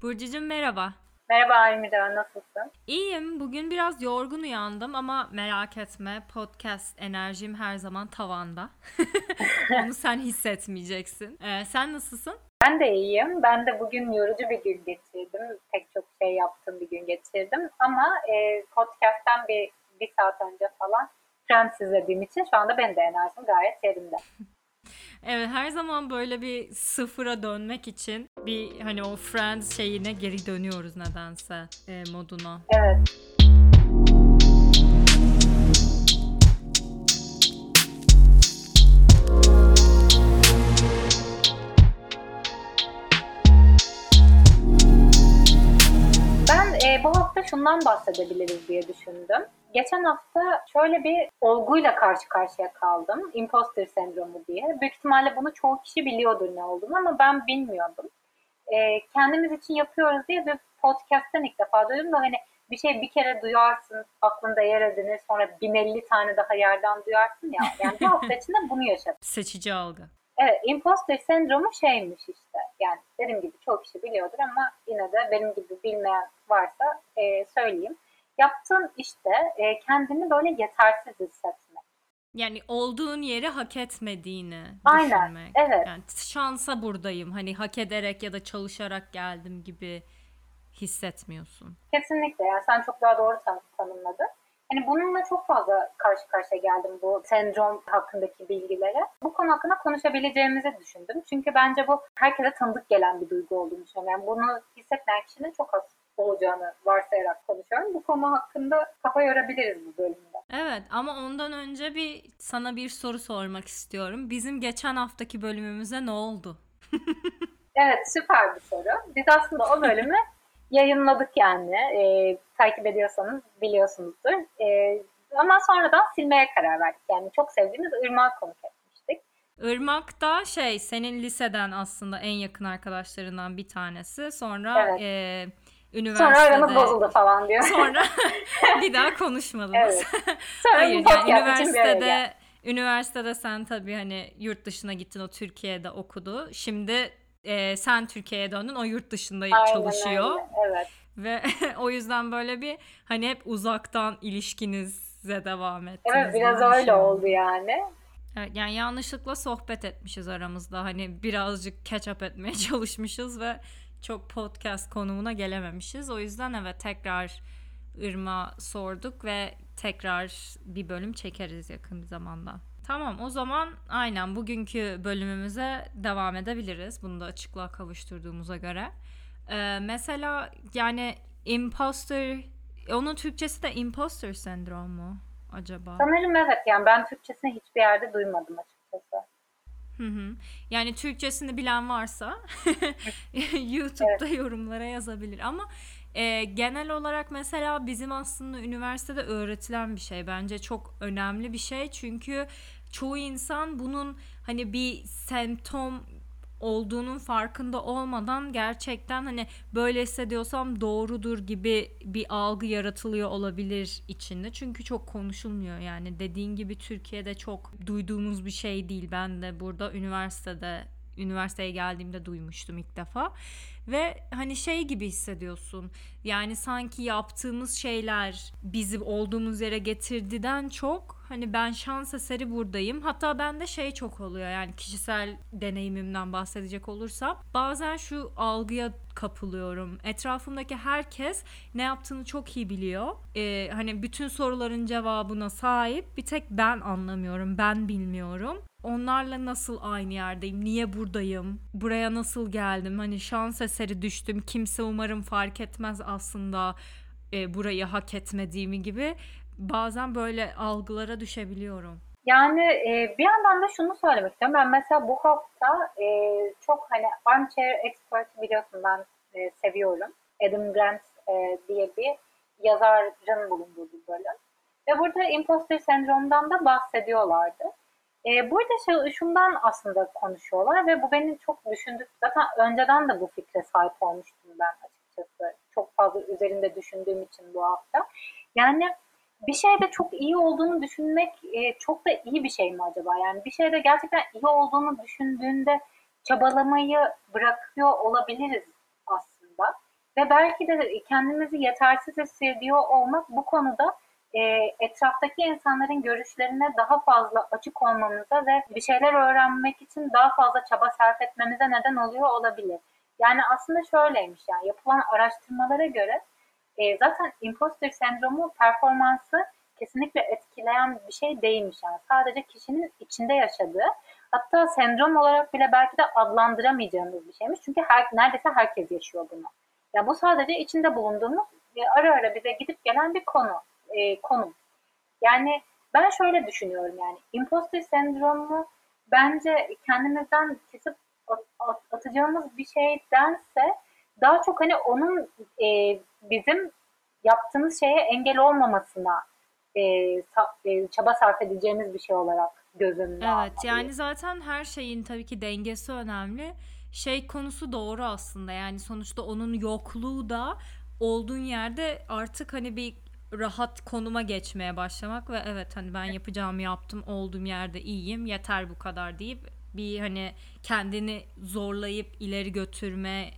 Burcucuğum merhaba. Merhaba Almira, nasılsın? İyiyim. Bugün biraz yorgun uyandım ama merak etme. Podcast enerjim her zaman tavanda. Onu sen hissetmeyeceksin. Sen nasılsın? Ben de iyiyim. Ben de bugün yorucu bir gün geçirdim. Pek çok şey yaptığım bir gün geçirdim. Ama podcast'ten bir saat önce falan Friends izlediğim için şu anda benim de enerjim gayet yerinde. Evet, her zaman böyle bir sıfıra dönmek için bir hani o Friends şeyine geri dönüyoruz nedense moduna. Evet, ben bu hafta şundan bahsedebiliriz diye düşündüm. Geçen hafta şöyle bir olguyla karşı karşıya kaldım. Imposter sendromu diye. Büyük ihtimalle bunu çoğu kişi biliyordur ne olduğunu ama ben bilmiyordum. Kendimiz için yapıyoruz diye bir podcast'ten ilk defa duydum da hani bir şey bir kere duyarsın, aklında yer edinir, sonra 1050 tane daha yerden duyarsın ya. Yani bir hafta içinde bunu yaşadım. Seçici algı. Evet, imposter sendromu şeymiş işte. Yani dediğim gibi çok kişi biliyordur ama yine de benim gibi bilmeyen varsa söyleyeyim. Yaptığın işte kendini böyle yetersiz hissetmek. Yani olduğun yeri hak etmediğini Aynen, düşünmek. evet. Yani şansa buradayım. Hani hak ederek ya da çalışarak geldim gibi hissetmiyorsun. Kesinlikle yani sen çok daha doğru tanımladın. Hani bununla çok fazla karşı karşıya geldim bu sendrom hakkındaki bilgilere. Bu konu hakkında konuşabileceğimizi düşündüm. Çünkü bence bu herkese tanıdık gelen bir duygu olduğunu düşünüyorum. Yani bunu hissetmeyen kişinin çok az olacağını varsayarak konuşuyorum. Bu konu hakkında kafa yorabiliriz bu bölümde. Evet ama ondan önce sana bir soru sormak istiyorum. Bizim geçen haftaki bölümümüze ne oldu? Evet, süper bir soru. Biz aslında o bölümü yayınladık yani. Takip ediyorsanız biliyorsunuzdur. Ama sonradan silmeye karar verdik. Yani çok sevdiğimiz Irmak'ı konuk etmiştik. Irmak da senin liseden aslında en yakın arkadaşlarından bir tanesi. Sonra Evet. Sonra aramız üniversitede bozuldu falan diyor. sonra bir daha konuşmadınız. Evet. Sonra bu Hayır yani podcast için bir araya geldik. üniversitede sen tabii hani yurt dışına gittin, o Türkiye'de okudu. Şimdi sen Türkiye'ye döndün, o yurt dışında Aynen çalışıyor. öyle. Evet. Ve o yüzden böyle bir hani hep uzaktan ilişkinize devam Evet, ettiniz biraz gibi bir öyle şey oldu oldu. yani. Evet, yani yanlışlıkla sohbet etmişiz aramızda. Hani birazcık catch up etmeye çalışmışız ve çok podcast konumuna gelememişiz. O yüzden evet, tekrar Irma sorduk ve tekrar bir bölüm çekeriz yakın bir zamanda. Tamam, o zaman aynen bugünkü bölümümüze devam edebiliriz. Bunu da açıklığa kavuşturduğumuza göre. Mesela yani imposter, onun Türkçesi de imposter sendromu acaba? Sanırım evet, yani ben Türkçesini hiçbir yerde duymadım açıkçası. Hı hı. Yani Türkçesini bilen varsa Evet. YouTube'da yorumlara yazabilir. Ama genel olarak mesela bizim aslında üniversitede öğretilen bir şey. Bence çok önemli bir şey. Çünkü çoğu insan bunun hani bir semptom olduğunun farkında olmadan gerçekten hani böyle hissediyorsam doğrudur gibi bir algı yaratılıyor olabilir içinde. Çünkü çok konuşulmuyor, yani dediğin gibi Türkiye'de çok duyduğumuz bir şey değil. Ben de burada üniversiteye geldiğimde duymuştum ilk defa. Ve hani şey gibi hissediyorsun. Yani sanki yaptığımız şeyler bizi olduğumuz yere getirdiğinden çok hani ben şans eseri buradayım. Hatta bende çok oluyor, yani kişisel deneyimimden bahsedecek olursam. Bazen şu algıya kapılıyorum. Etrafımdaki herkes ne yaptığını çok iyi biliyor. Hani bütün soruların cevabına sahip. Bir tek ben anlamıyorum, ben bilmiyorum. Onlarla nasıl aynı yerdeyim? Niye buradayım? Buraya nasıl geldim? Hani şans eseri düştüm. Kimse umarım fark etmez aslında burayı hak etmediğimi gibi. Bazen böyle algılara düşebiliyorum. Yani bir yandan da şunu söylemek istiyorum. Ben mesela bu hafta çok hani armchair expert biliyorsun ben seviyorum. Adam Grant diye bir yazarın bulunduğu bir bölüm. Ve burada imposter sendromdan da bahsediyorlardı. Burada şundan aslında konuşuyorlar ve bu beni çok düşündü. Zaten önceden de bu fikre sahip olmuştum ben açıkçası. Çok fazla üzerinde düşündüğüm için bu hafta. Yani bir şeyde çok iyi olduğunu düşünmek çok da iyi bir şey mi acaba? Yani bir şeyde gerçekten iyi olduğunu düşündüğünde çabalamayı bırakıyor olabiliriz aslında. Ve belki de kendimizi yetersiz hissediyor olmak bu konuda etraftaki insanların görüşlerine daha fazla açık olmamıza ve bir şeyler öğrenmek için daha fazla çaba sarf etmemize neden oluyor olabilir. Yani aslında şöyleymiş, yani yapılan araştırmalara göre zaten imposter sendromu performansı kesinlikle etkileyen bir şey değilmiş, yani sadece kişinin içinde yaşadığı, hatta sendrom olarak bile belki de adlandıramayacağımız bir şeymiş, çünkü neredeyse herkes yaşıyor bunu. Ya bu sadece içinde bulunduğumuz ara ara bize gidip gelen bir konum. Yani ben şöyle düşünüyorum, yani imposter sendromu bence kendimizden kesip atacağımız bir şeydense daha çok hani onun bizim yaptığımız şeye engel olmamasına çaba sarf edeceğimiz bir şey olarak göz önüne Evet, almalıyız. yani zaten her şeyin tabii ki dengesi önemli. Şey konusu doğru aslında. Yani sonuçta onun yokluğu da olduğun yerde artık hani bir rahat konuma geçmeye başlamak ve evet hani ben yapacağımı yaptım, olduğum yerde iyiyim, yeter bu kadar deyip bir hani kendini zorlayıp ileri götürmeye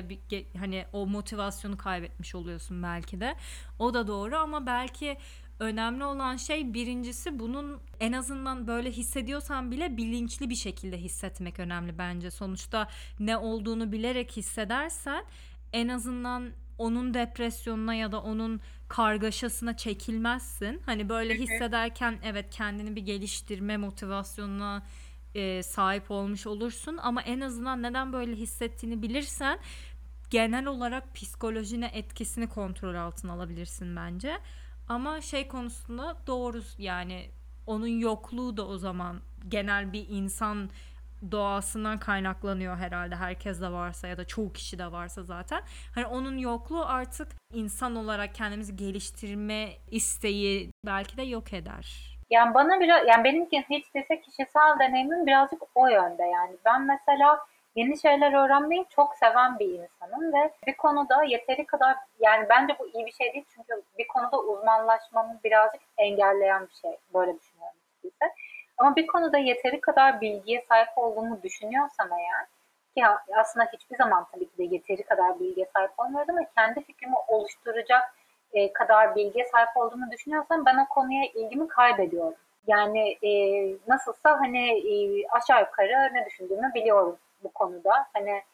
hani o motivasyonu kaybetmiş oluyorsun belki de. O da doğru ama belki önemli olan şey, birincisi bunun en azından böyle hissediyorsan bile bilinçli bir şekilde hissetmek önemli bence. Sonuçta ne olduğunu bilerek hissedersen en azından onun depresyonuna ya da onun kargaşasına çekilmezsin. Hani böyle hissederken evet kendini bir geliştirme motivasyonuna sahip olmuş olursun ama en azından neden böyle hissettiğini bilirsen genel olarak psikolojine etkisini kontrol altına alabilirsin bence. Ama şey konusunda doğru, yani onun yokluğu da o zaman genel bir insan doğasından kaynaklanıyor herhalde, herkes de varsa ya da çoğu kişi de varsa zaten. Hani onun yokluğu artık insan olarak kendimizi geliştirme isteği belki de yok eder. Yani bana biraz, yani benimki hiç dese kişisel deneyimim birazcık o yönde yani. Ben mesela yeni şeyler öğrenmeyi çok seven bir insanım ve bir konuda yeteri kadar, yani bence bu iyi bir şey değil, çünkü bir konuda uzmanlaşmamı birazcık engelleyen bir şey. Böyle düşünüyorum açıkçası. Ama bir konuda yeteri kadar bilgiye sahip olduğumu düşünüyorsam eğer, ki aslında hiçbir zaman tabii ki de yeteri kadar bilgiye sahip olmuyorum ama kendi fikrimi oluşturacak kadar bilgiye sahip olduğumu düşünüyorsam ben o konuya ilgimi kaybediyorum. Yani nasılsa hani aşağı yukarı ne düşündüğümü biliyorum bu konuda. Hani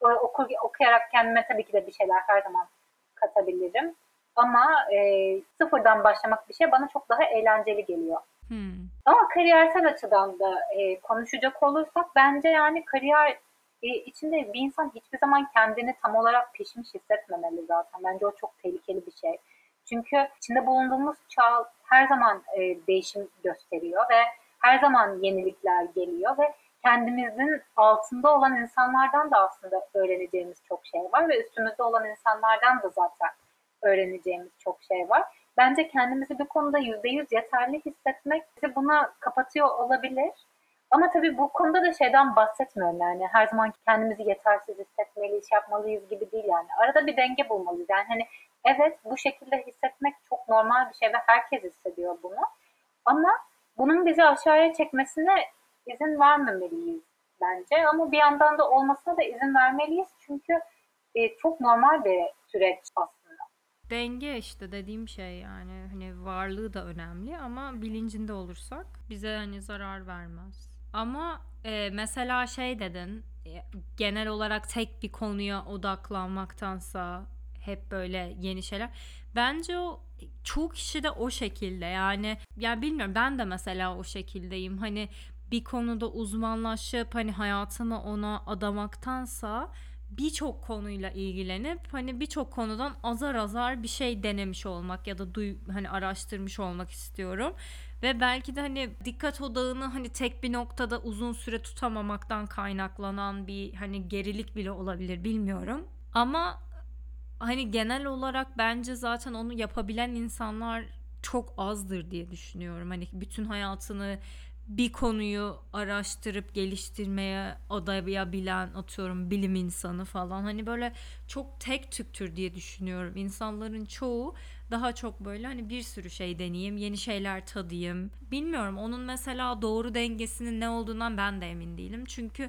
okuyarak kendime tabii ki de bir şeyler her zaman katabilirim. Ama sıfırdan başlamak bir şey bana çok daha eğlenceli geliyor. Hmm. Ama kariyersel açıdan da konuşacak olursak bence yani kariyer içinde bir insan hiçbir zaman kendini tam olarak pişmiş hissetmemeli zaten. Bence o çok tehlikeli bir şey. Çünkü içinde bulunduğumuz çağ her zaman değişim gösteriyor ve her zaman yenilikler geliyor ve kendimizin altında olan insanlardan da aslında öğreneceğimiz çok şey var ve üstümüzde olan insanlardan da zaten öğreneceğimiz çok şey var. Bence kendimizi bir konuda %100 yeterli hissetmek bizi buna kapatıyor olabilir. Ama tabii bu konuda da şeyden bahsetmiyorum, yani her zaman kendimizi yetersiz hissetmeliyiz, şey yapmalıyız gibi değil yani. Arada bir denge bulmalıyız. Yani hani evet, bu şekilde hissetmek çok normal bir şey ve herkes hissediyor bunu. Ama bunun bizi aşağıya çekmesine izin vermemeliyiz bence. Ama bir yandan da olmasına da izin vermeliyiz. Çünkü çok normal bir süreç aslında. Denge işte dediğim şey, yani hani varlığı da önemli ama bilincinde olursak bize hani zarar vermez. Ama mesela şey dedin, genel olarak tek bir konuya odaklanmaktansa hep böyle yeni şeyler. Bence o çoğu kişi de o şekilde, yani bilmiyorum, ben de mesela o şekildeyim. Hani bir konuda uzmanlaşıp hani hayatımı ona adamaktansa birçok konuyla ilgilenip hani birçok konudan azar azar bir şey denemiş olmak ya da hani araştırmış olmak istiyorum. Ve belki de hani dikkat odağını hani tek bir noktada uzun süre tutamamaktan kaynaklanan bir hani gerilik bile olabilir, bilmiyorum. Ama hani genel olarak bence zaten onu yapabilen insanlar çok azdır diye düşünüyorum. Hani bütün hayatını bir konuyu araştırıp geliştirmeye adayabilen, atıyorum, bilim insanı falan. Hani böyle çok tek tüktür diye düşünüyorum. İnsanların çoğu daha çok böyle hani bir sürü şey deneyeyim, yeni şeyler tadayım. Bilmiyorum, onun mesela doğru dengesinin ne olduğundan ben de emin değilim. Çünkü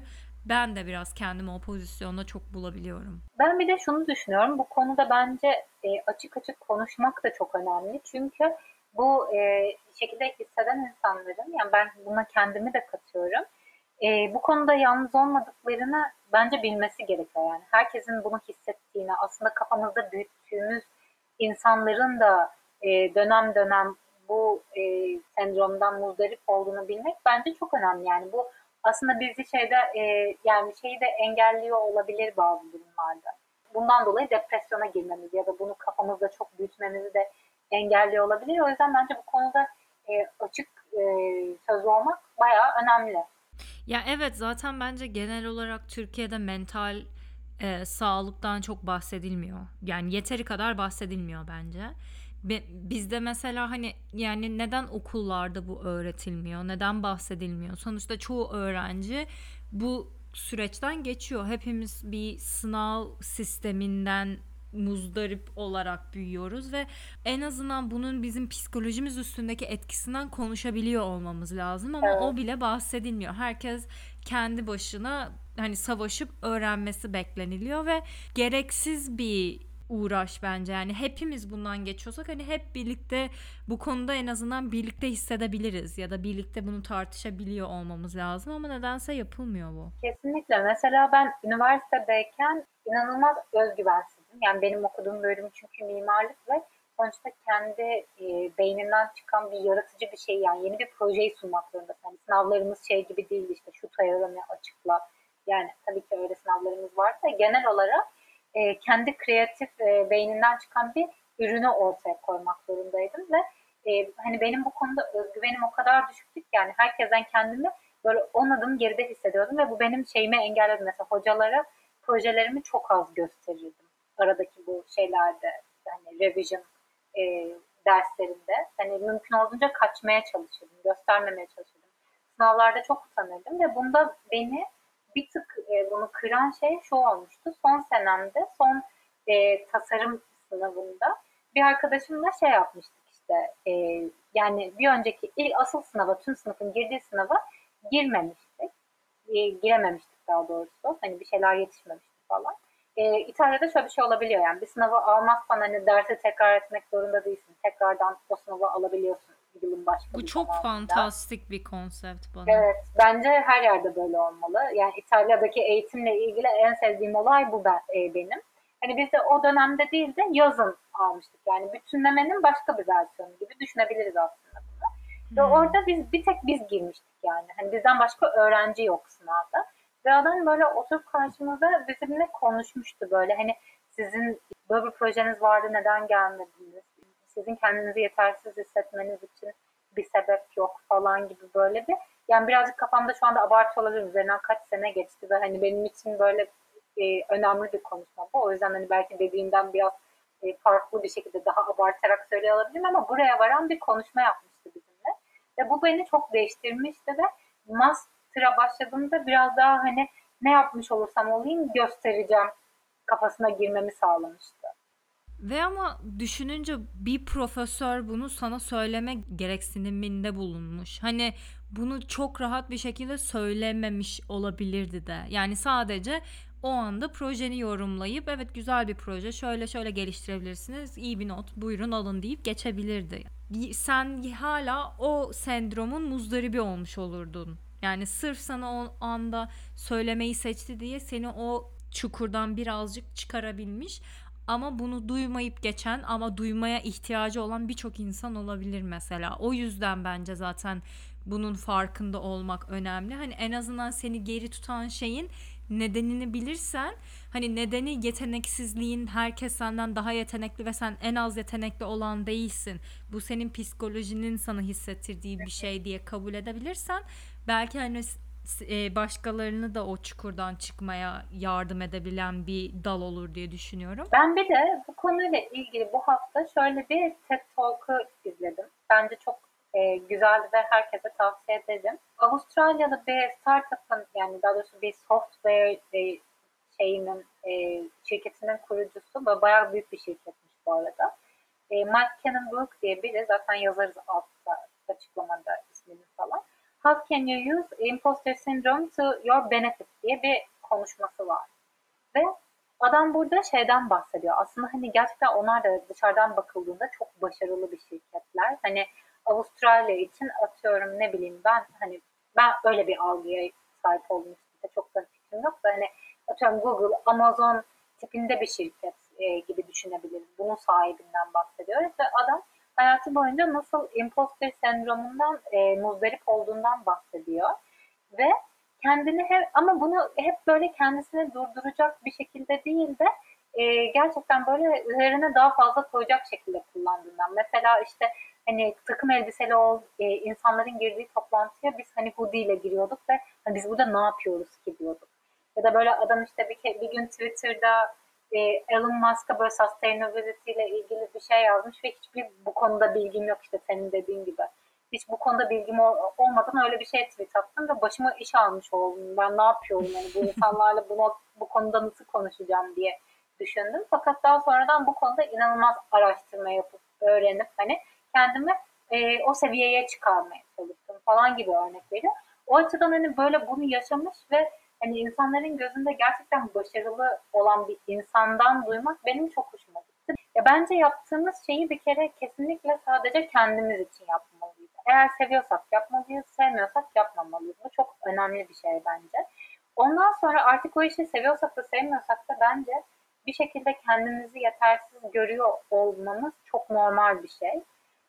Ben de biraz kendimi o pozisyonda çok bulabiliyorum. Ben bir de şunu düşünüyorum. Bu konuda bence açık açık konuşmak da çok önemli. Çünkü bu şekilde hisseden insanların, yani ben buna kendimi de katıyorum. Bu konuda yalnız olmadıklarını bence bilmesi gerekiyor. Yani herkesin bunu hissettiğini, aslında kafamızda büyüttüğümüz insanların da dönem dönem bu sendromdan muzdarip olduğunu bilmek bence çok önemli. Yani bu aslında bizi yani şeyi de engelliyor olabilir bazı durumlarda. Bundan dolayı depresyona girmemiz ya da bunu kafamızda çok büyütmemizi de engelliyor olabilir. O yüzden bence bu konuda açık sözlü olmak bayağı önemli. Ya evet, zaten bence genel olarak Türkiye'de mental sağlıktan çok bahsedilmiyor. Yani yeteri kadar bahsedilmiyor bence. Bizde mesela hani yani neden okullarda bu öğretilmiyor? Neden bahsedilmiyor? Sonuçta çoğu öğrenci bu süreçten geçiyor. Hepimiz bir sınav sisteminden muzdarip olarak büyüyoruz ve en azından bunun bizim psikolojimiz üstündeki etkisinden konuşabiliyor olmamız lazım, ama Evet, o bile bahsedilmiyor. Herkes kendi başına hani savaşıp öğrenmesi bekleniliyor ve gereksiz bir uğraş bence. Yani hepimiz bundan geçiyorsak hani hep birlikte bu konuda en azından birlikte hissedebiliriz ya da birlikte bunu tartışabiliyor olmamız lazım, ama nedense yapılmıyor bu. kesinlikle. Mesela ben üniversitedeyken inanılmaz özgüvensizdim. Yani benim okuduğum bölüm çünkü mimarlık ve sonuçta kendi beyninden çıkan bir yaratıcı bir şey, yani yeni bir projeyi sunmak zorundasın. Yani sınavlarımız şey gibi değil, işte şu teoremi açıkla. Yani tabii ki öyle sınavlarımız var da genel olarak kendi kreatif beyninden çıkan bir ürünü ortaya koymak zorundaydım ve hani benim bu konuda özgüvenim o kadar düşüktü ki, yani herkesten kendimi böyle 10 adım geride hissediyordum ve bu benim şeyimi engelledi. Mesela hocalara projelerimi çok az gösterirdim. Aradaki bu şeylerde, yani revision e, derslerinde. Hani mümkün olduğunca kaçmaya çalışırdım, göstermemeye çalışırdım. Sınavlarda çok utanırdım ve bunda beni bir tık bunu kıran şey şu olmuştu. Son senemde, son tasarım sınavında bir arkadaşımla şey yapmıştık işte. Yani bir önceki ilk asıl sınava, tüm sınıfın girdiği sınava girmemiştik. Girememiştik daha doğrusu. Hani bir şeyler yetişmemişti falan. İtalya'da şöyle bir şey olabiliyor, yani bir sınavı almazsan hani dersi tekrar etmek zorunda değilsin. Tekrardan o sınavı alabiliyorsun yılın başka Bu bir çok zamanında. fantastik bir konsept bana. Evet, bence her yerde böyle olmalı. Yani İtalya'daki eğitimle ilgili en sevdiğim olay bu benim. Hani biz de o dönemde değil de yazın almıştık. Yani bütünlemenin başka bir versiyonu gibi düşünebiliriz aslında bunu. Ve Hmm. orada biz bir tek biz girmiştik yani. Hani bizden başka öğrenci yok sınavda. Ve adam böyle oturup karşımızda bizimle konuşmuştu böyle. Hani sizin böyle bir projeniz vardı, neden gelmediniz? Sizin kendinizi yetersiz hissetmeniz için bir sebep yok falan gibi böyle bir, yani birazcık kafamda şu anda abartı olabilir. Üzerinden kaç sene geçti ve hani benim için böyle önemli bir konuşma bu. O yüzden hani belki dediğimden biraz farklı bir şekilde daha abartarak söylüyor olabilirim, ama buraya varan bir konuşma yapmıştı bizimle. Ve bu beni çok değiştirmişti ve master'a başladığımda biraz daha hani ne yapmış olursam olayım göstereceğim kafasına girmemi sağlamıştı. Ve ama düşününce bir profesör bunu sana söyleme gereksiniminde bulunmuş. Hani bunu çok rahat bir şekilde söylememiş olabilirdi de. Yani sadece o anda projeni yorumlayıp evet güzel bir proje, şöyle şöyle geliştirebilirsiniz, iyi bir not buyurun alın deyip geçebilirdi. Sen hala o sendromun muzdaribi olmuş olurdun. Yani sırf sana o anda söylemeyi seçti diye seni o çukurdan birazcık çıkarabilmiş, ama bunu duymayıp geçen ama duymaya ihtiyacı olan birçok insan olabilir mesela. O yüzden bence zaten bunun farkında olmak önemli. Hani en azından seni geri tutan şeyin nedenini bilirsen, hani nedeni yeteneksizliğin, herkes senden daha yetenekli ve sen en az yetenekli olan değilsin, bu senin psikolojinin sana hissettirdiği bir şey diye kabul edebilirsen, belki hani başkalarını da o çukurdan çıkmaya yardım edebilen bir dal olur diye düşünüyorum. Ben bir de bu konuyla ilgili bu hafta şöyle bir TED Talk'u izledim. Bence çok güzeldi ve herkese tavsiye ederim. Avustralyalı bir startup'ın, yani daha doğrusu bir software şeyinin şirketinin kurucusu ve bayağı büyük bir şirketmiş bu arada. Mike Cannon-Brook diye biri, zaten yazarız altta açıklamada ismini falan. How can you use imposter syndrome to your benefit diye bir konuşması var. Ve adam burada şeyden bahsediyor. Aslında hani gerçekten onlar da dışarıdan bakıldığında çok başarılı bir şirketler. Hani Avustralya için atıyorum ne bileyim ben öyle bir algıya sahip olduğum için çok da fikrim yok da hani atıyorum Google, Amazon tipinde bir şirket gibi düşünebiliriz. Bunun sahibinden bahsediyoruz ve adam hayatı boyunca nasıl imposter sendromundan muzdarip olduğundan bahsediyor ve kendini ama bunu hep böyle kendisini durduracak bir şekilde değil de gerçekten böyle üzerine daha fazla koyacak şekilde kullandığından. Mesela işte hani takım elbiseli insanların girdiği toplantıya biz hani hoodie ile giriyorduk ve hani biz burada ne yapıyoruz ki diyorduk. Ya da böyle adam işte bir gün Twitter'da Elon Musk'a böyle sustainability ile ilgili bir şey yazmış ve hiçbir bu konuda bilgim yok işte senin dediğin gibi. Hiç bu konuda bilgim olmadan öyle bir şey tweet attım ve başıma iş almış oldum. Ben ne yapıyorum yani bu insanlarla bu konuda nasıl konuşacağım diye düşündüm. Fakat daha sonradan bu konuda inanılmaz araştırma yapıp öğrenip hani kendimi o seviyeye çıkarmaya çalıştım falan gibi örnek veriyor. O açıdan hani böyle bunu yaşamış ve hani insanların gözünde gerçekten başarılı olan bir insandan duymak benim çok hoşuma gitti. Ya bence yaptığımız şeyi bir kere kesinlikle sadece kendimiz için yapmalıyız. Eğer seviyorsak yapmalıyız, sevmiyorsak yapmamalıyız. Bu çok önemli bir şey bence. Ondan sonra artık o işi seviyorsak da sevmiyorsak da bence bir şekilde kendimizi yetersiz görüyor olmamız çok normal bir şey.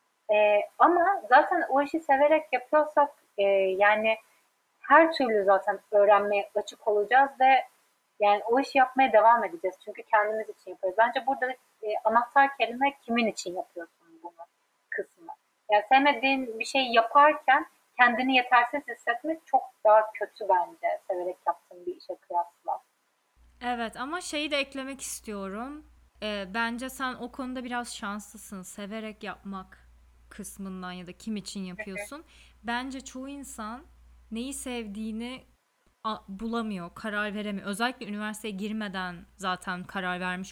Ama zaten o işi severek yapıyorsak yani her türlü zaten öğrenmeye açık olacağız ve yani o işi yapmaya devam edeceğiz. Çünkü kendimiz için yapıyoruz. Bence burada anahtar kelime kimin için yapıyorsun bunu kısmı. Yani sevmediğin bir şey yaparken kendini yetersiz hissetmek çok daha kötü bence severek yaptığın bir işe kıyasla. Evet ama şeyi de eklemek istiyorum. Bence sen o konuda biraz şanslısın. Severek yapmak kısmından ya da kim için yapıyorsun. Bence çoğu insan neyi sevdiğini bulamıyor, karar veremiyor. Özellikle üniversiteye girmeden zaten karar vermiş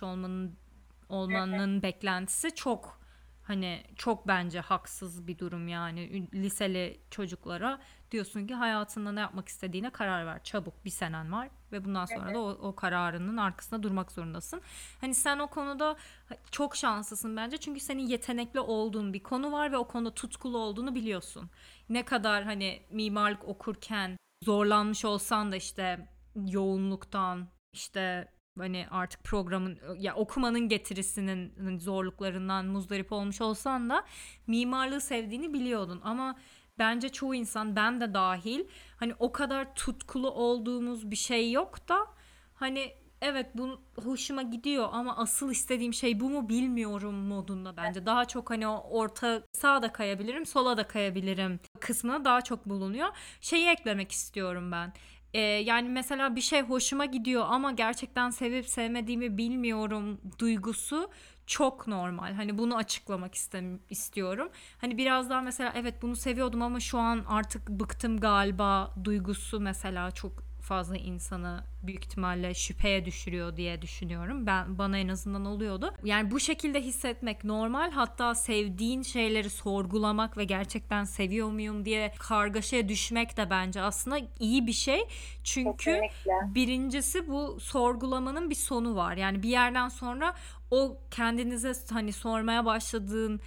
olmanın beklentisi çok hani çok bence haksız bir durum yani. Liseli çocuklara diyorsun ki hayatında ne yapmak istediğine karar ver. Çabuk bir senen var ve bundan sonra da o kararının arkasında durmak zorundasın. Hani sen o konuda çok şanslısın bence çünkü senin yetenekli olduğun bir konu var ve o konuda tutkulu olduğunu biliyorsun. Ne kadar hani mimarlık okurken zorlanmış olsan da işte yoğunluktan işte hani artık programın ya okumanın getirisinin hani zorluklarından muzdarip olmuş olsan da mimarlığı sevdiğini biliyordun ama bence çoğu insan ben de dahil hani o kadar tutkulu olduğumuz bir şey yok da hani evet bu hoşuma gidiyor ama asıl istediğim şey bu mu bilmiyorum modunda bence. Daha çok hani o orta sağa da kayabilirim, sola da kayabilirim kısmına daha çok bulunuyor. Şeyi eklemek istiyorum ben. Yani mesela bir şey hoşuma gidiyor ama gerçekten sevip sevmediğimi bilmiyorum duygusu çok normal. Hani bunu açıklamak istiyorum. Hani biraz daha mesela evet bunu seviyordum ama şu an artık bıktım galiba duygusu mesela çok fazla insanı büyük ihtimalle şüpheye düşürüyor diye düşünüyorum. Bana en azından oluyordu. Yani bu şekilde hissetmek normal. Hatta sevdiğin şeyleri sorgulamak ve gerçekten seviyor muyum diye kargaşaya düşmek de bence aslında iyi bir şey. Çünkü Kesinlikle. birincisi bu sorgulamanın bir sonu var. Yani bir yerden sonra o kendinize hani sormaya başladığın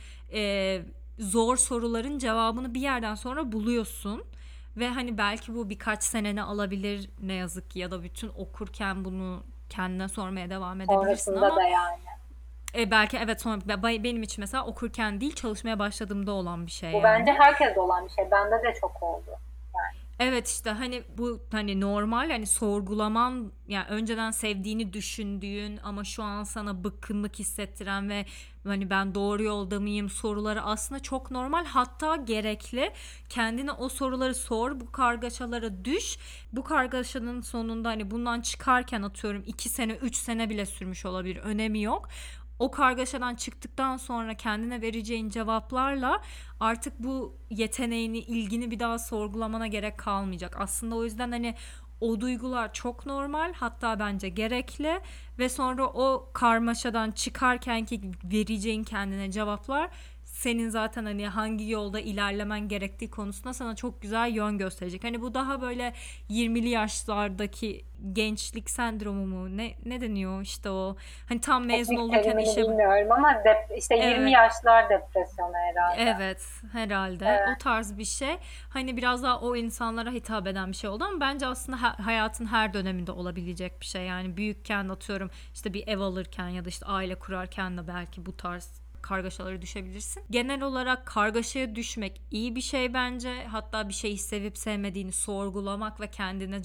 zor soruların cevabını bir yerden sonra buluyorsun. Ve hani belki bu birkaç seneni alabilir ne yazık ki ya da bütün okurken bunu kendine sormaya devam edebilirsin Sonrasında ama da yani. belki evet sonra benim için mesela okurken değil çalışmaya başladığımda olan bir şey Bu bence yani. herkeste olan bir şey. Bende de çok oldu. Yani. Evet işte hani bu hani normal hani sorgulaman yani önceden sevdiğini düşündüğün ama şu an sana bıkkınlık hissettiren ve hani ben doğru yolda mıyım soruları aslında çok normal hatta gerekli. Kendine o soruları sor, bu kargaşalara düş. Bu kargaşanın sonunda hani bundan çıkarken atıyorum 2 sene 3 sene bile sürmüş olabilir önemi yok. O kargaşadan çıktıktan sonra kendine vereceğin cevaplarla artık bu yeteneğini, ilgini bir daha sorgulamana gerek kalmayacak. Aslında o yüzden hani o duygular çok normal hatta bence gerekli ve sonra o karmaşadan çıkarken ki vereceğin kendine cevaplar senin zaten hani hangi yolda ilerlemen gerektiği konusunda sana çok güzel yön gösterecek. Hani bu daha böyle 20'li yaşlardaki gençlik sendromu mu? Ne deniyor işte o? Hani tam mezun Teknik olurken terimini işe... bilmiyorum ama işte 20 Evet. yaşlar depresyonu herhalde. Evet, herhalde o Evet. tarz bir şey. Hani biraz daha o insanlara hitap eden bir şey oldu ama bence aslında hayatın her döneminde olabilecek bir şey. Yani büyükken atıyorum işte bir ev alırken ya da işte aile kurarken de belki bu tarz kargaşalara düşebilirsin. Genel olarak kargaşaya düşmek iyi bir şey bence. Hatta bir şeyi sevip sevmediğini sorgulamak ve kendine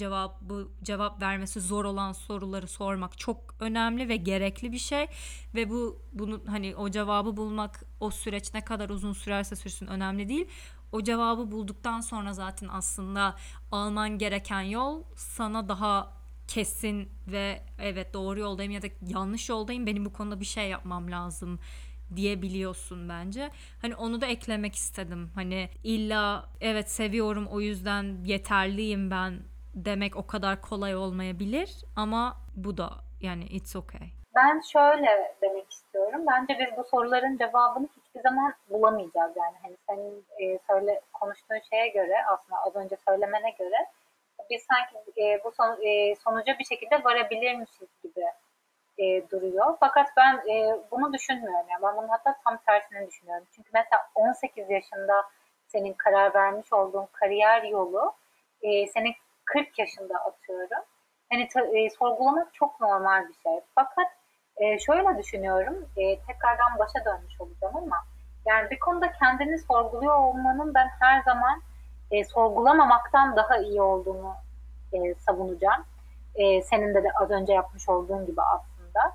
cevap vermesi zor olan soruları sormak çok önemli ve gerekli bir şey. Ve bunu hani o cevabı bulmak, o süreç ne kadar uzun sürerse sürsün önemli değil. O cevabı bulduktan sonra zaten aslında alman gereken yol sana daha kesin ve evet doğru yoldayım ya da yanlış yoldayım, benim bu konuda bir şey yapmam lazım diyebiliyorsun bence. Hani onu da eklemek istedim. Hani illa evet seviyorum o yüzden yeterliyim ben demek o kadar kolay olmayabilir ama bu da yani it's okay. Ben şöyle demek istiyorum. Bence biz bu soruların cevabını hiçbir zaman bulamayacağız. Yani hani senin konuştuğun şeye göre, aslında az önce söylemene göre biz sanki sonuca bir şekilde varabilirmişiz gibi duruyor. Fakat ben bunu düşünmüyorum. Yani ben bunun hatta tam tersini düşünüyorum. Çünkü mesela 18 yaşında senin karar vermiş olduğun kariyer yolu senin 40 yaşında atıyorum. Hani sorgulamak çok normal bir şey. Fakat şöyle düşünüyorum. Tekrardan başa dönmüş olacağım ama yani bir konuda kendini sorguluyor olmanın ben her zaman sorgulamamaktan daha iyi olduğunu savunacağım. Senin de az önce yapmış olduğun gibi aslında.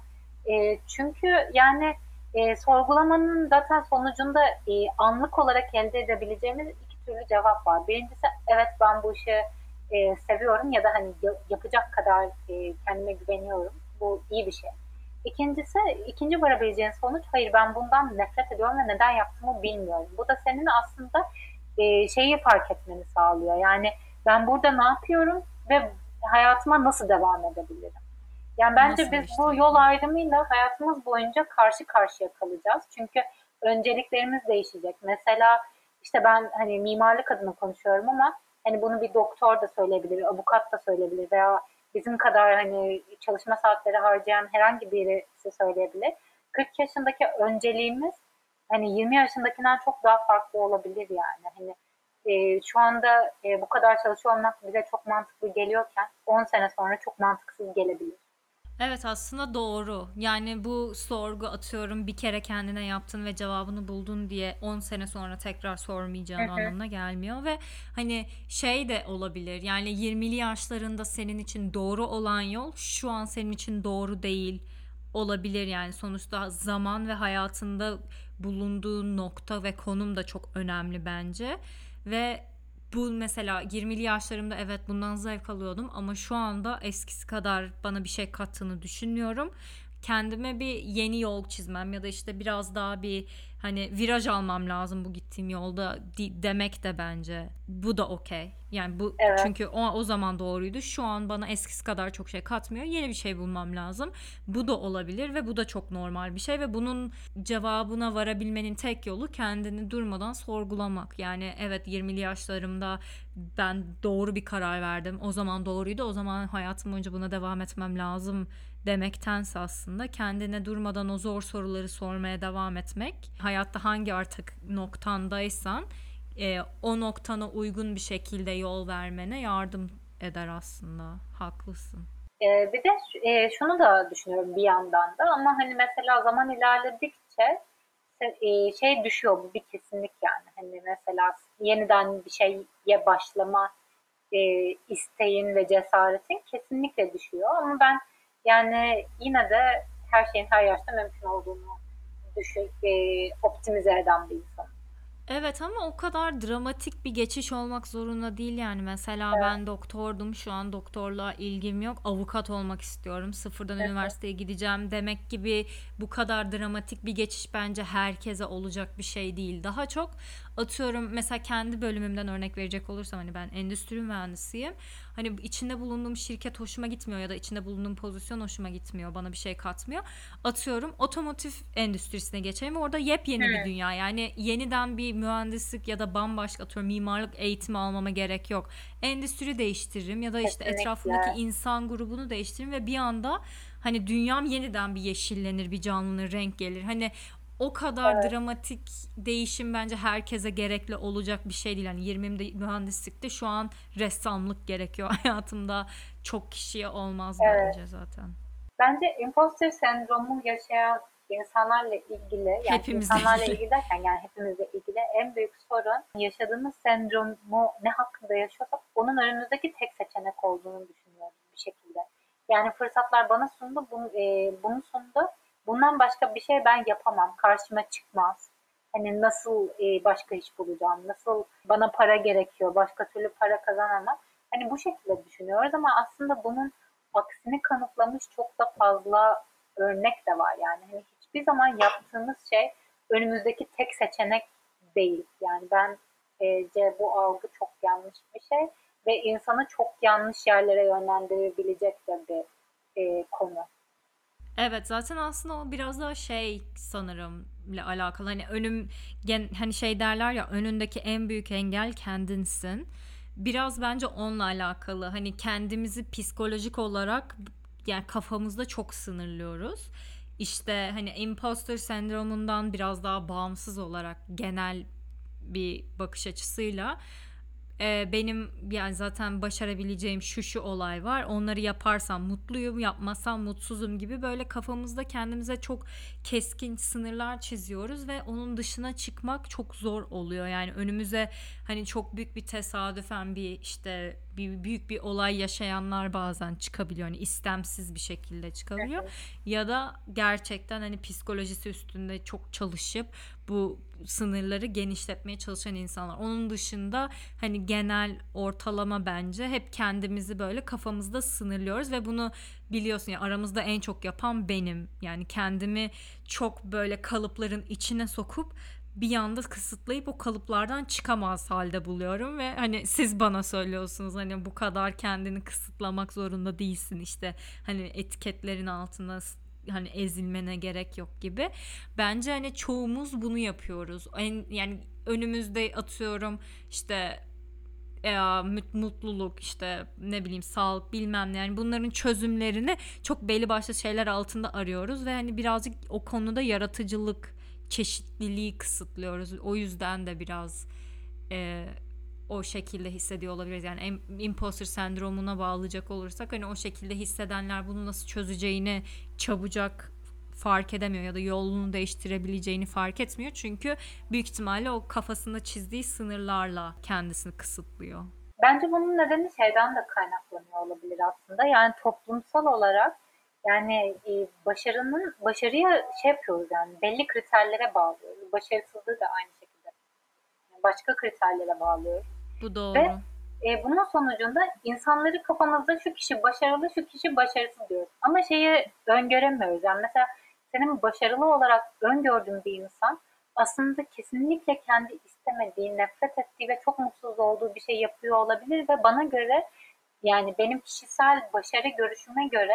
Çünkü yani sorgulamanın zaten sonucunda anlık olarak elde edebileceğimiz iki türlü cevap var. Birincisi evet ben bu işi seviyorum ya da hani yapacak kadar kendime güveniyorum. Bu iyi bir şey. İkincisi, ikinci varabileceğin sonuç hayır ben bundan nefret ediyorum ve neden yaptığımı bilmiyorum. Bu da senin aslında şeyi fark etmeni sağlıyor. Yani ben burada ne yapıyorum ve hayatıma nasıl devam edebilirim? Yani bence Nasıl biz bu yol değiştirebilirim? ayrımıyla hayatımız boyunca karşı karşıya kalacağız. Çünkü önceliklerimiz değişecek. Mesela işte ben hani mimarlık adına konuşuyorum ama hani bunu bir doktor da söyleyebilir, avukat da söyleyebilir veya bizim kadar hani çalışma saatleri harcayan herhangi birisi söyleyebilir. 40 yaşındaki önceliğimiz hani 20 yaşındakinden çok daha farklı olabilir yani. Hani şu anda bu kadar çalışıyor olmak bize çok mantıklı geliyorken 10 sene sonra çok mantıksız gelebilir. Evet, aslında doğru. Yani bu sorgu atıyorum bir kere kendine yaptın ve cevabını buldun diye 10 sene sonra tekrar Hı sormayacağın hı. anlamına gelmiyor ve hani şey de olabilir. Yani 20'li yaşlarında senin için doğru olan yol şu an senin için doğru değil olabilir. Yani sonuçta zaman ve hayatında bulunduğu nokta ve konum da çok önemli bence. Ve bu mesela 20'li yaşlarımda evet bundan zevk alıyordum ama şu anda eskisi kadar bana bir şey kattığını düşünmüyorum. Kendime bir yeni yol çizmem ya da işte biraz daha bir hani viraj almam lazım bu gittiğim yolda demek de bence bu da okey. Yani bu Evet. çünkü o zaman doğruydu. Şu an bana eskisi kadar çok şey katmıyor. Yeni bir şey bulmam lazım. Bu da olabilir ve bu da çok normal bir şey ve bunun cevabına varabilmenin tek yolu kendini durmadan sorgulamak. Yani evet 20'li yaşlarımda ben doğru bir karar verdim. O zaman doğruydu. O zaman hayatım boyunca buna devam etmem lazım demektense aslında kendine durmadan o zor soruları sormaya devam etmek. Hayatta hangi artık noktandaysan o noktana uygun bir şekilde yol vermene yardım eder aslında. Haklısın. Bir de şunu da düşünüyorum bir yandan da ama hani mesela zaman ilerledikçe şey düşüyor bu bir kesinlik yani. Hani mesela yeniden bir şeye başlama isteğin ve cesaretin kesinlikle düşüyor ama ben yani yine de her şeyin her yaşta mümkün olduğunu optimize eden bir insanım. Evet ama o kadar dramatik bir geçiş olmak zorunda değil yani. Mesela Evet. ben doktordum, şu an doktorluğa ilgim yok. Avukat olmak istiyorum. Sıfırdan üniversiteye gideceğim demek gibi bu kadar dramatik bir geçiş bence herkese olacak bir şey değil. Daha çok atıyorum mesela kendi bölümümden örnek verecek olursam hani ben endüstri mühendisiyim. hani içinde bulunduğum şirket hoşuma gitmiyor ya da içinde bulunduğum pozisyon hoşuma gitmiyor, bana bir şey katmıyor. Atıyorum otomotiv endüstrisine geçelim. Orada yepyeni bir Hı, dünya. Yani yeniden bir mühendislik ya da bambaşka atıyorum mimarlık eğitimi almama gerek yok. Endüstri değiştiririm ya da işte etrafımdaki kesinlikle. insan grubunu değiştiririm ve bir anda hani dünyam yeniden bir yeşillenir, bir canlanır, renk gelir. Hani o kadar Evet, dramatik değişim bence herkese gerekli olacak bir şey değil. Yani 20'imde mühendislikte, şu an ressamlık gerekiyor hayatımda. Çok kişiye olmaz evet. bence zaten. Bence imposter sendromu yaşayan insanlarla ilgili, yani Hepimizle insanlarla ilgili. ilgili derken yani hepimizle ilgili en büyük sorun yaşadığımız sendromu ne hakkında yaşıyorsak onun önümüzdeki tek seçenek olduğunu düşünüyorum bir şekilde. Yani fırsatlar bana sundu, bunu sundu. Bundan başka bir şey ben yapamam, karşıma çıkmaz. Hani nasıl başka iş bulacağım, nasıl bana para gerekiyor, başka türlü para kazanamam. Hani bu şekilde düşünüyoruz ama aslında bunun aksini kanıtlamış çok da fazla örnek de var yani. Hani hiçbir zaman yaptığımız şey önümüzdeki tek seçenek değil. Yani bence bu algı çok yanlış bir şey ve insanı çok yanlış yerlere yönlendirebilecek de bir konu. Evet, zaten aslında o biraz daha şey sanırım ile alakalı. Hani hani şey derler ya, önündeki en büyük engel kendinsin. Biraz bence onunla alakalı. Hani kendimizi psikolojik olarak yani kafamızda çok sınırlıyoruz. İşte hani imposter sendromundan biraz daha bağımsız olarak genel bir bakış açısıyla benim yani zaten başarabileceğim şu olay var. Onları yaparsam mutluyum, yapmazsam mutsuzum gibi böyle kafamızda kendimize çok keskin sınırlar çiziyoruz ve onun dışına çıkmak çok zor oluyor. Yani önümüze hani çok büyük bir tesadüfen bir işte büyük bir olay yaşayanlar bazen çıkabiliyor. Hani istemsiz bir şekilde çıkabiliyor. Ya da gerçekten hani psikolojisi üstünde çok çalışıp bu sınırları genişletmeye çalışan insanlar. Onun dışında hani genel ortalama bence hep kendimizi böyle kafamızda sınırlıyoruz ve bunu biliyorsun ya, aramızda en çok yapan benim. Yani kendimi çok böyle kalıpların içine sokup bir anda kısıtlayıp o kalıplardan çıkamaz halde buluyorum ve hani siz bana söylüyorsunuz hani bu kadar kendini kısıtlamak zorunda değilsin, işte hani etiketlerin altına hani ezilmene gerek yok gibi. Bence hani çoğumuz bunu yapıyoruz. Yani önümüzde atıyorum işte mutluluk, işte ne bileyim sağlık, bilmem ne, yani bunların çözümlerini çok belli başlı şeyler altında arıyoruz ve hani birazcık o konuda yaratıcılık, çeşitliliği kısıtlıyoruz. O yüzden de biraz e, o şekilde hissediyor olabiliriz. Yani imposter sendromuna bağlayacak olursak hani o şekilde hissedenler bunu nasıl çözeceğini çabucak fark edemiyor ya da yolunu değiştirebileceğini fark etmiyor. Çünkü büyük ihtimalle o kafasında çizdiği sınırlarla kendisini kısıtlıyor. Bence bunun nedeni şeyden de kaynaklanıyor olabilir aslında. Yani toplumsal olarak yani başarıya şey yapıyoruz yani belli kriterlere bağlıyoruz. Başarısızlığı da aynı şekilde başka kriterlere bağlıyoruz. Bu Ve doğru. bunun sonucunda insanları kafamızda şu kişi başarılı, şu kişi başarısız diyoruz. Ama şeyi öngöremiyoruz. Yani mesela senin başarılı olarak öngördüğün bir insan aslında kesinlikle kendi istemediği, nefret ettiği ve çok mutsuz olduğu bir şey yapıyor olabilir ve bana göre yani benim kişisel başarı görüşüme göre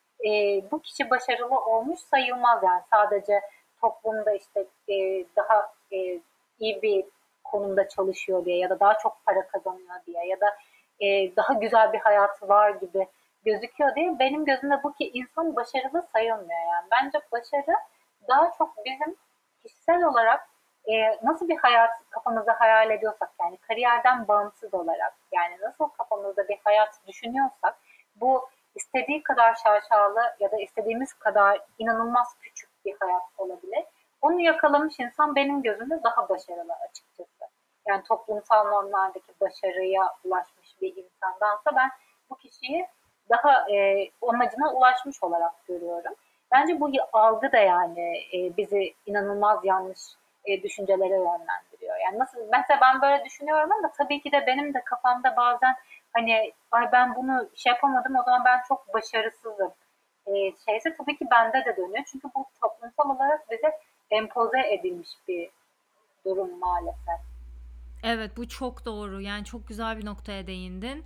bu kişi başarılı olmuş sayılmaz yani sadece toplumda işte daha iyi bir konumda çalışıyor diye ya da daha çok para kazanıyor diye ya da daha güzel bir hayatı var gibi gözüküyor diye benim gözümde bu ki insan başarılı sayılmıyor yani. Bence başarı daha çok bizim kişisel olarak nasıl bir hayat kafamızda hayal ediyorsak yani kariyerden bağımsız olarak yani nasıl kafamızda bir hayat düşünüyorsak bu istediği kadar şaşalı ya da istediğimiz kadar inanılmaz küçük bir hayat olabilir. Onu yakalamış insan benim gözümde daha başarılı açıkçası. Yani toplumsal normlardaki başarıya ulaşmış bir insandansa ben bu kişiyi daha amacına ulaşmış olarak görüyorum. Bence bu algı da yani bizi inanılmaz yanlış düşüncelere yönlendiriyor. Yani nasıl mesela ben böyle düşünüyorum ama tabii ki de benim de kafamda bazen hani ay ben bunu şey yapamadım o zaman ben çok başarısızım. Şeyse tabii ki bende de dönüyor. Çünkü bu toplumsal olarak bize empoze edilmiş bir durum maalesef. Evet, bu çok doğru. Yani çok güzel bir noktaya değindin.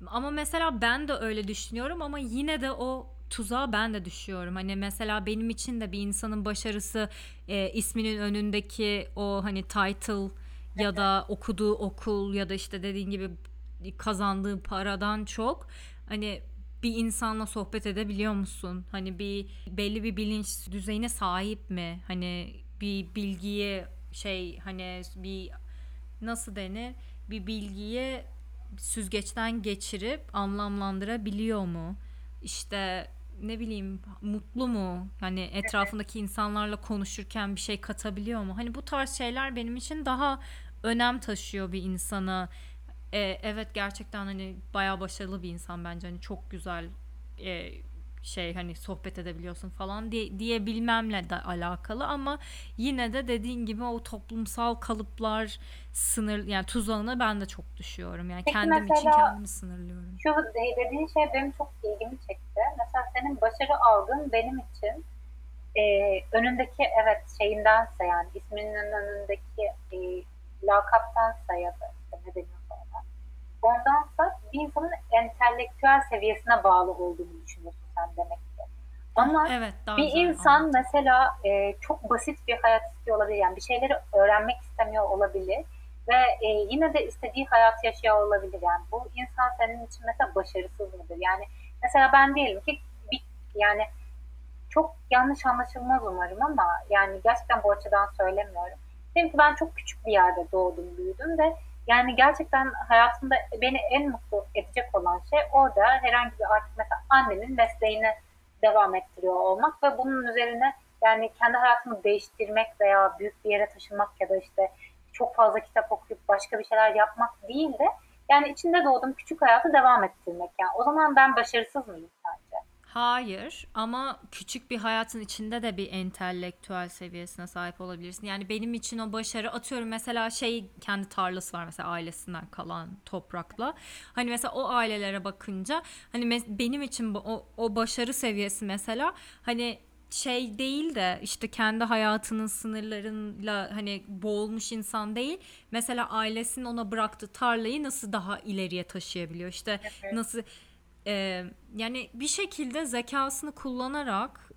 Ama mesela ben de öyle düşünüyorum ama yine de o tuzağa ben de düşüyorum. Hani mesela benim için de bir insanın başarısı isminin önündeki o hani title ya da okuduğu okul ya da işte dediğin gibi kazandığı paradan çok hani bir insanla sohbet edebiliyor musun? Hani bir belli bir bilinç düzeyine sahip mi? Hani bir bilgiye şey hani bir nasıl denir? Bir bilgiye süzgeçten geçirip anlamlandırabiliyor mu? İşte ne bileyim mutlu mu? Hani etrafındaki insanlarla konuşurken bir şey katabiliyor mu? Hani bu tarz şeyler benim için daha önem taşıyor bir insana. Evet gerçekten hani bayağı başarılı bir insan bence. Hani çok güzel e, şey hani sohbet edebiliyorsun falan diyebilmemle de alakalı ama yine de dediğin gibi o toplumsal kalıplar sınır yani tuzağına ben de çok düşüyorum. Yani Peki kendim için mesela kendimi sınırlıyorum. şu dediğin şey benim çok ilgimi çekti. Mesela senin başarı algın benim için önündeki evet şeyindense yani isminin önündeki lakaptansa ya da işte ne deniyorsa ona. Ondansa bir insanın entelektüel seviyesine bağlı olduğunu düşünüyorsun sen demek ki. Ama Evet daha bir güzel insan anlattın. mesela çok basit bir hayat istiyor olabilir. Yani bir şeyleri öğrenmek istemiyor olabilir. Ve yine de istediği hayatı yaşıyor olabilir. Yani bu insan senin için mesela başarısız mıdır? Yani mesela ben diyelim ki bir, yani çok yanlış anlaşılmaz umarım ama yani gerçekten bu açıdan söylemiyorum. Diyelim ki ben çok küçük bir yerde doğdum, büyüdüm ve yani gerçekten hayatımda beni en mutlu edecek olan şey orada herhangi bir artık mesela annemin mesleğini devam ettiriyor olmak ve bunun üzerine yani kendi hayatımı değiştirmek veya büyük bir yere taşınmak ya da işte çok fazla kitap okuyup başka bir şeyler yapmak değil de yani içinde doğduğum küçük hayatı devam ettirmek. Yani o zaman ben başarısız mıyım sence? Hayır ama küçük bir hayatın içinde de bir entelektüel seviyesine sahip olabilirsin. Yani benim için o başarı atıyorum mesela şey kendi tarlası var mesela ailesinden kalan toprakla. Hani mesela o ailelere bakınca hani benim için o başarı seviyesi mesela hani şey değil de işte kendi hayatının sınırlarıyla hani boğulmuş insan değil. Mesela ailesinin ona bıraktığı tarlayı nasıl daha ileriye taşıyabiliyor? İşte nasıl yani bir şekilde zekasını kullanarak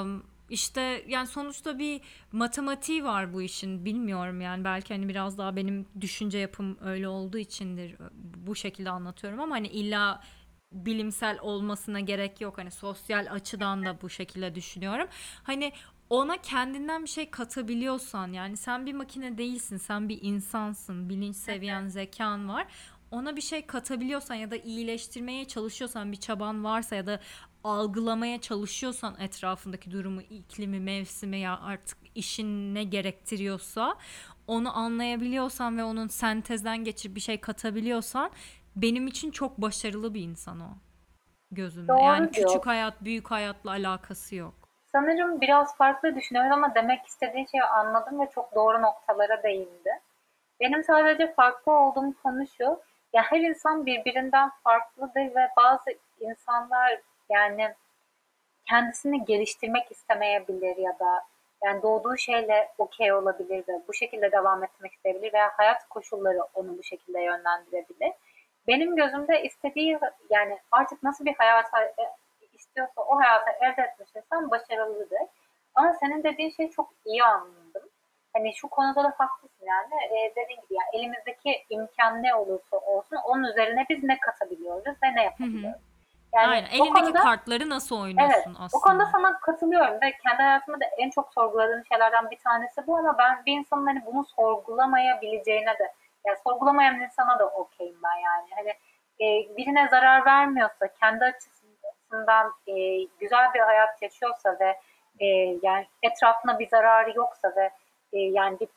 işte yani sonuçta bir matematiği var bu işin bilmiyorum yani belki hani biraz daha benim düşünce yapım öyle olduğu içindir bu şekilde anlatıyorum ama hani illa bilimsel olmasına gerek yok hani sosyal açıdan da bu şekilde düşünüyorum hani ona kendinden bir şey katabiliyorsan yani sen bir makine değilsin sen bir insansın bilinç seviyen zekan var ona bir şey katabiliyorsan ya da iyileştirmeye çalışıyorsan bir çaban varsa ya da algılamaya çalışıyorsan etrafındaki durumu, iklimi, mevsimi ya artık işin ne gerektiriyorsa onu anlayabiliyorsan ve onun sentezden geçirip bir şey katabiliyorsan benim için çok başarılı bir insan o gözümde. Yani Doğru küçük diyorsun. hayat, büyük hayatla alakası yok. Sanırım biraz farklı düşünüyoruz ama demek istediğin şeyi anladım ve çok doğru noktalara değindi. Benim sadece farklı olduğum konu şu, ya her insan birbirinden farklıdır ve bazı insanlar yani kendisini geliştirmek istemeyebilir ya da yani doğduğu şeyle okey olabilir ve bu şekilde devam etmek isteyebilir veya hayat koşulları onu bu şekilde yönlendirebilir. Benim gözümde istediği yani artık nasıl bir hayata istiyorsa o hayata elde etmiş insan başarılıdır. Ama senin dediğin şeyi çok iyi anladım. Hani şu konuda da haklısın yani. Dediğin gibi yani elimizdeki imkan ne olursa olsun onun üzerine biz ne katabiliyoruz ve ne yapabiliyoruz. Yani Aynen. o Elindeki konuda kartları nasıl evet, oynuyorsun o konuda aslında? sana katılıyorum ve kendi hayatımda da en çok sorguladığım şeylerden bir tanesi bu ama ben bir insanın hani bunu sorgulamayabileceğine de yani sorgulamayan insana da okeyim ben yani. Hani birine zarar vermiyorsa, kendi açısından güzel bir hayat yaşıyorsa ve yani etrafına bir zararı yoksa ve yani bir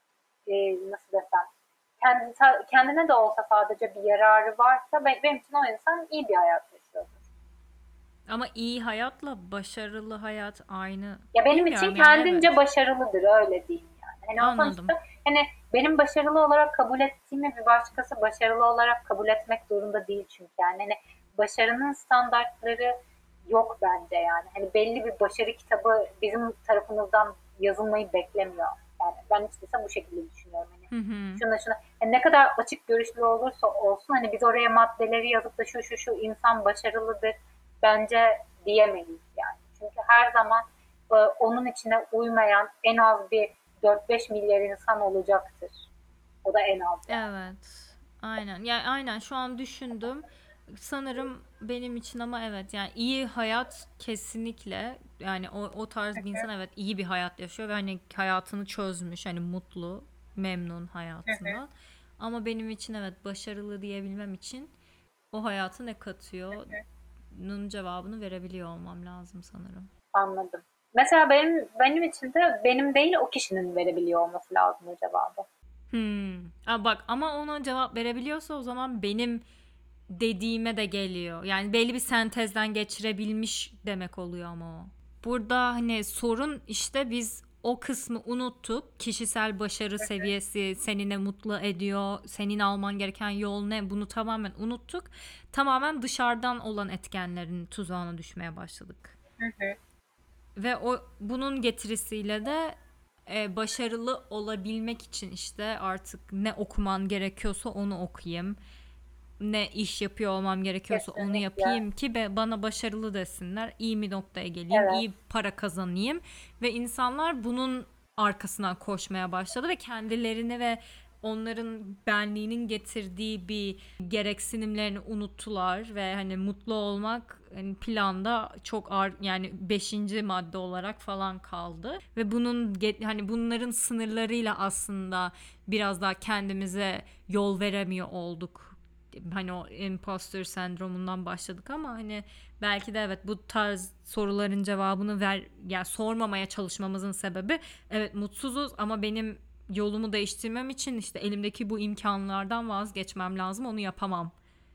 nasıl desem kendine de olsa sadece bir yararı varsa benim için o insan iyi bir hayat yaşıyordur. Ama iyi hayatla başarılı hayat aynı. Ya benim için Bilmiyorum yani kendince evet. başarılıdır öyle diyeyim yani. Hani o Anladım. sonuçta hani benim başarılı olarak kabul ettiğimi bir başkası başarılı olarak kabul etmek zorunda değil çünkü yani hani başarının standartları yok bence yani. Hani belli bir başarı kitabı bizim tarafımızdan yazılmayı beklemiyor. Yani Ben hiç değilse bu şekilde düşünüyorum. Hani Hı hı. şuna yani ne kadar açık görüşlü olursa olsun hani biz oraya maddeleri yazıp da şu insan başarılıdır bence diyemeyiz yani. Çünkü her zaman onun içine uymayan en az bir 4-5 milyar insan olacaktır. O da en az yani. Evet. Aynen. Yani aynen şu an düşündüm. Sanırım benim için ama evet yani iyi hayat kesinlikle yani o tarz bir insan evet iyi bir hayat yaşıyor ve hani hayatını çözmüş hani mutlu, memnun hayatından. Ama benim için evet başarılı diyebilmem için o hayatı ne katıyor? Nun cevabını verebiliyor olmam lazım sanırım. Anladım. Mesela benim için de benim değil o kişinin verebiliyor olması lazım o cevabı. Aa, bak ama ona cevap verebiliyorsa o zaman benim dediğime de geliyor. Yani belli bir sentezden geçirebilmiş demek oluyor ama o. Burada hani sorun işte biz o kısmı unuttuk. Kişisel başarı seviyesi seni ne mutlu ediyor, senin alman gereken yol ne bunu tamamen unuttuk. Tamamen dışarıdan olan etkenlerin tuzağına düşmeye başladık. Hı hı. Ve o bunun getirisiyle de başarılı olabilmek için işte artık ne okuman gerekiyorsa onu okuyayım. Ne iş yapıyor olmam gerekiyorsa onu Kesinlikle. yapayım ki bana başarılı desinler. İyi bir noktaya geleyim, Evet. iyi para kazanayım ve insanlar bunun arkasından koşmaya başladı ve kendilerini ve onların benliğinin getirdiği bir gereksinimlerini unuttular ve hani mutlu olmak hani planda çok ağır yani beşinci madde olarak falan kaldı ve bunun hani bunların sınırlarıyla aslında biraz daha kendimize yol veremiyor olduk. Hani o imposter sendromundan başladık ama hani belki de evet bu tarz soruların cevabını yani sormamaya çalışmamızın sebebi evet mutsuzuz ama benim yolumu değiştirmem için işte elimdeki bu imkanlardan vazgeçmem lazım onu yapamam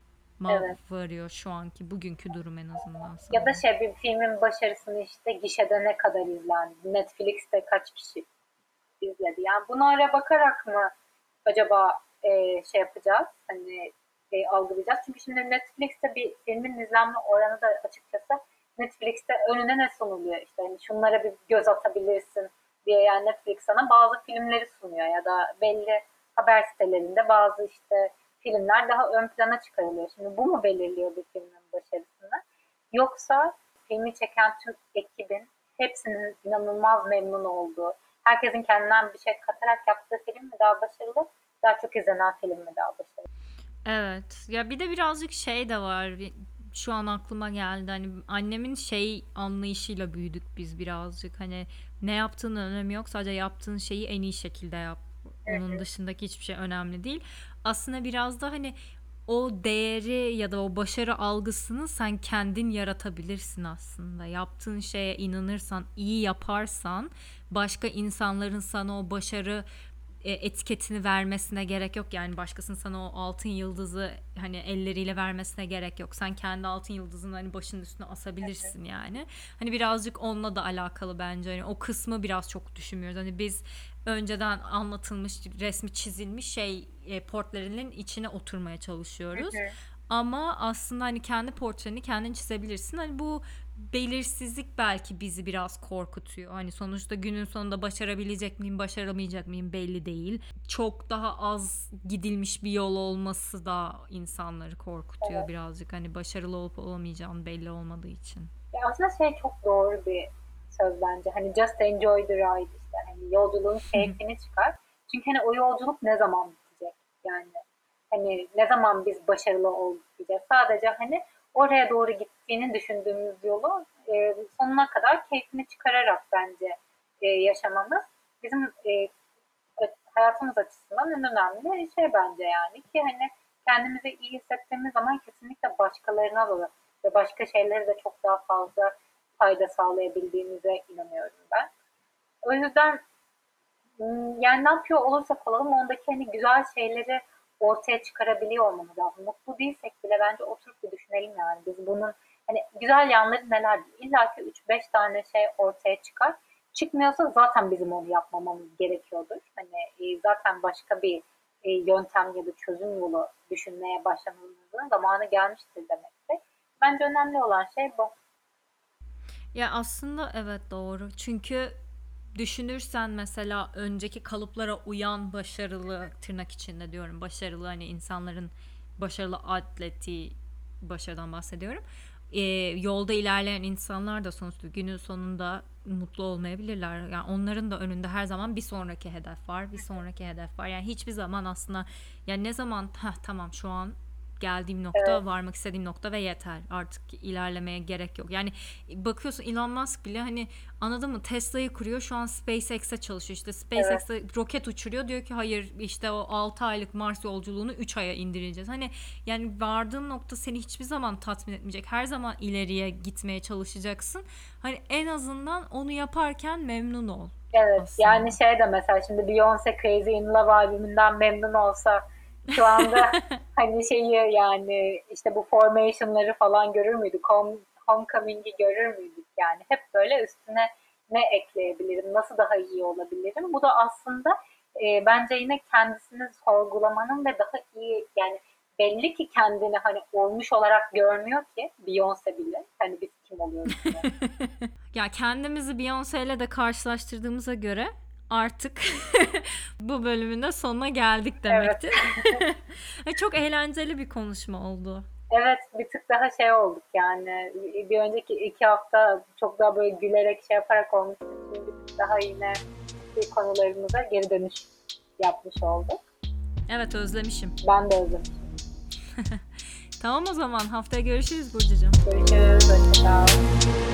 ma Evet. varıyor şu anki bugünkü durum en azından Ya da sanırım. bir filmin başarısını işte gişede ne kadar izlendi, Netflix'te kaç kişi izledi. Yani bunlara bakarak mı acaba yapacağız, hani algılayacağız. Çünkü şimdi Netflix'te bir filmin izlenme oranı da açıkçası Netflix'te önüne ne sunuluyor işte hani şunlara bir göz atabilirsin diye yani Netflix sana bazı filmleri sunuyor ya da belli haber sitelerinde bazı işte filmler daha ön plana çıkarılıyor. Şimdi bu mu belirliyor bir filmin başarısını? Yoksa filmi çeken tüm ekibin hepsinin inanılmaz memnun olduğu, herkesin kendinden bir şey katarak yaptığı film mi daha başarılı, daha çok izlenen film mi daha başarılı? Evet. Ya bir de birazcık şey de var. Şu an aklıma geldi. Hani annemin şey anlayışıyla büyüdük biz birazcık. Hani ne yaptığının önemi yok. Sadece yaptığın şeyi en iyi şekilde yap. Onun dışındaki hiçbir şey önemli değil. Aslında biraz da hani o değeri ya da o başarı algısını sen kendin yaratabilirsin aslında. Yaptığın şeye inanırsan, iyi yaparsan başka insanların sana o başarı etiketini vermesine gerek yok. Yani başkasının sana o altın yıldızı hani elleriyle vermesine gerek yok. Sen kendi altın yıldızını hani başının üstüne asabilirsin yani. Hani birazcık onunla da alakalı bence. Hani o kısmı biraz çok düşünmüyoruz. Hani biz önceden anlatılmış, resmi çizilmiş portrelerinin içine oturmaya çalışıyoruz. Ama aslında hani kendi portreni kendin çizebilirsin. Hani bu belirsizlik belki bizi biraz korkutuyor. Hani sonuçta günün sonunda başarabilecek miyim, başaramayacak mıyım belli değil. Çok daha az gidilmiş bir yol olması da insanları korkutuyor Evet. birazcık. Hani başarılı olup olamayacağın belli olmadığı için. Ya aslında çok doğru bir söz bence. Hani just enjoy the ride işte. Hani yolculuğun keyfini çıkar. Çünkü hani o yolculuk ne zaman bitecek? Yani hani ne zaman biz başarılı olduk diyeceğiz. Sadece hani oraya doğru gittiğini düşündüğümüz yolu sonuna kadar keyfini çıkararak bence yaşamamız bizim hayatımız açısından en önemli bence yani ki hani kendimizi iyi hissettiğimiz zaman kesinlikle başkalarına da ve başka şeylere de çok daha fazla fayda sağlayabildiğimize inanıyorum ben. O yüzden yani ne yapıyor olursak olalım ondaki hani güzel şeyleri ortaya çıkarabiliyor olmamız lazım. Mutlu değilsek bile bence oturup bir düşünelim yani biz bunun hani güzel yanları neler? İlla ki 3-5 tane şey ortaya çıkar. Çıkmıyorsa zaten bizim onu yapmamamız gerekiyordur. Hani zaten başka bir yöntem ya da çözüm yolu düşünmeye başlamamızın zamanı gelmiştir demektir. Bence önemli olan şey bu. Ya aslında evet doğru. Çünkü düşünürsen mesela önceki kalıplara uyan başarılı, tırnak içinde diyorum başarılı, hani insanların başarılı atleti başarıdan bahsediyorum. Yolda ilerleyen insanlar da sonuçta günün sonunda mutlu olmayabilirler. Yani onların da önünde her zaman bir sonraki hedef var, bir sonraki hedef var. Yani hiçbir zaman aslında, yani ne zaman tamam şu an geldiğim Evet, nokta, varmak istediğim nokta ve yeter. Artık ilerlemeye gerek yok. Yani bakıyorsun Elon Musk bile hani, anladın mı? Tesla'yı kuruyor. Şu an SpaceX'e çalışıyor. İşte evet, SpaceX'e roket uçuruyor. Diyor ki hayır, işte o 6 aylık Mars yolculuğunu 3 aya indireceğiz. Hani yani vardığın nokta seni hiçbir zaman tatmin etmeyecek. Her zaman ileriye gitmeye çalışacaksın. Hani en azından onu yaparken memnun ol evet. Yani aslında. şey de mesela şimdi Beyoncé Crazy in Love albümünden memnun olsa şu anda hani şeyi yani işte bu formation'ları falan görür müydük? Homecoming'i görür müydük yani? Hep böyle üstüne ne ekleyebilirim? Nasıl daha iyi olabilirim? Bu da aslında bence yine kendisini sorgulamanın ve daha iyi yani belli ki kendini hani olmuş olarak görmüyor ki Beyoncé bile. Hani biz kim oluyoruz ki? Ya kendimizi Beyoncé ile de karşılaştırdığımıza göre artık bu bölümün de sonuna geldik Evet. demektir. Çok eğlenceli bir konuşma oldu. Evet, bir tık daha şey olduk yani. Bir önceki 2 hafta çok daha böyle gülerek şey yaparak olmuştuk. Şimdi bir tık daha yine bir konularımıza geri dönüş yapmış olduk. Evet, özlemişim. Ben de özlemişim. Tamam, o zaman haftaya görüşürüz Burcucuğum. Görüşürüz. Hoşça kal.